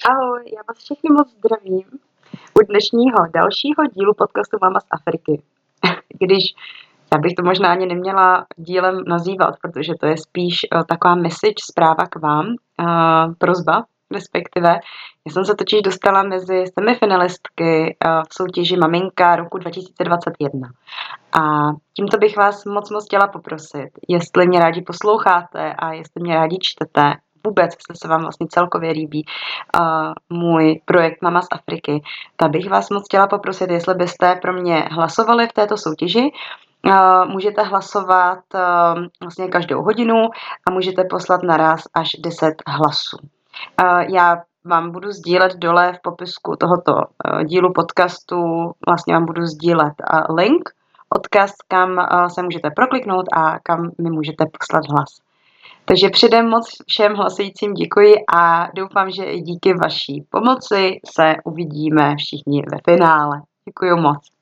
Ahoj, já vás všechny moc zdravím u dnešního dalšího dílu podcastu Mama z Afriky. Když já bych to možná ani neměla dílem nazývat, protože to je spíš taková message, zpráva k vám, prosba respektive. Já jsem se totiž dostala mezi semifinalistky v soutěži Maminka roku 2021. A tímto bych vás moc chtěla poprosit, jestli mě rádi posloucháte a jestli mě rádi čtete, vůbec, jestli se vám vlastně celkově líbí můj projekt Mama z Afriky, tak bych vás moc chtěla poprosit, jestli byste pro mě hlasovali v této soutěži. Můžete hlasovat vlastně každou hodinu a můžete poslat naraz až 10 hlasů. Já vám budu sdílet dole v popisku tohoto dílu podcastu, vlastně vám budu sdílet link, odkaz, kam se můžete prokliknout a kam mi můžete poslat hlas. Takže předem moc všem hlasujícím děkuji a doufám, že i díky vaší pomoci se uvidíme všichni ve finále. Děkuji moc.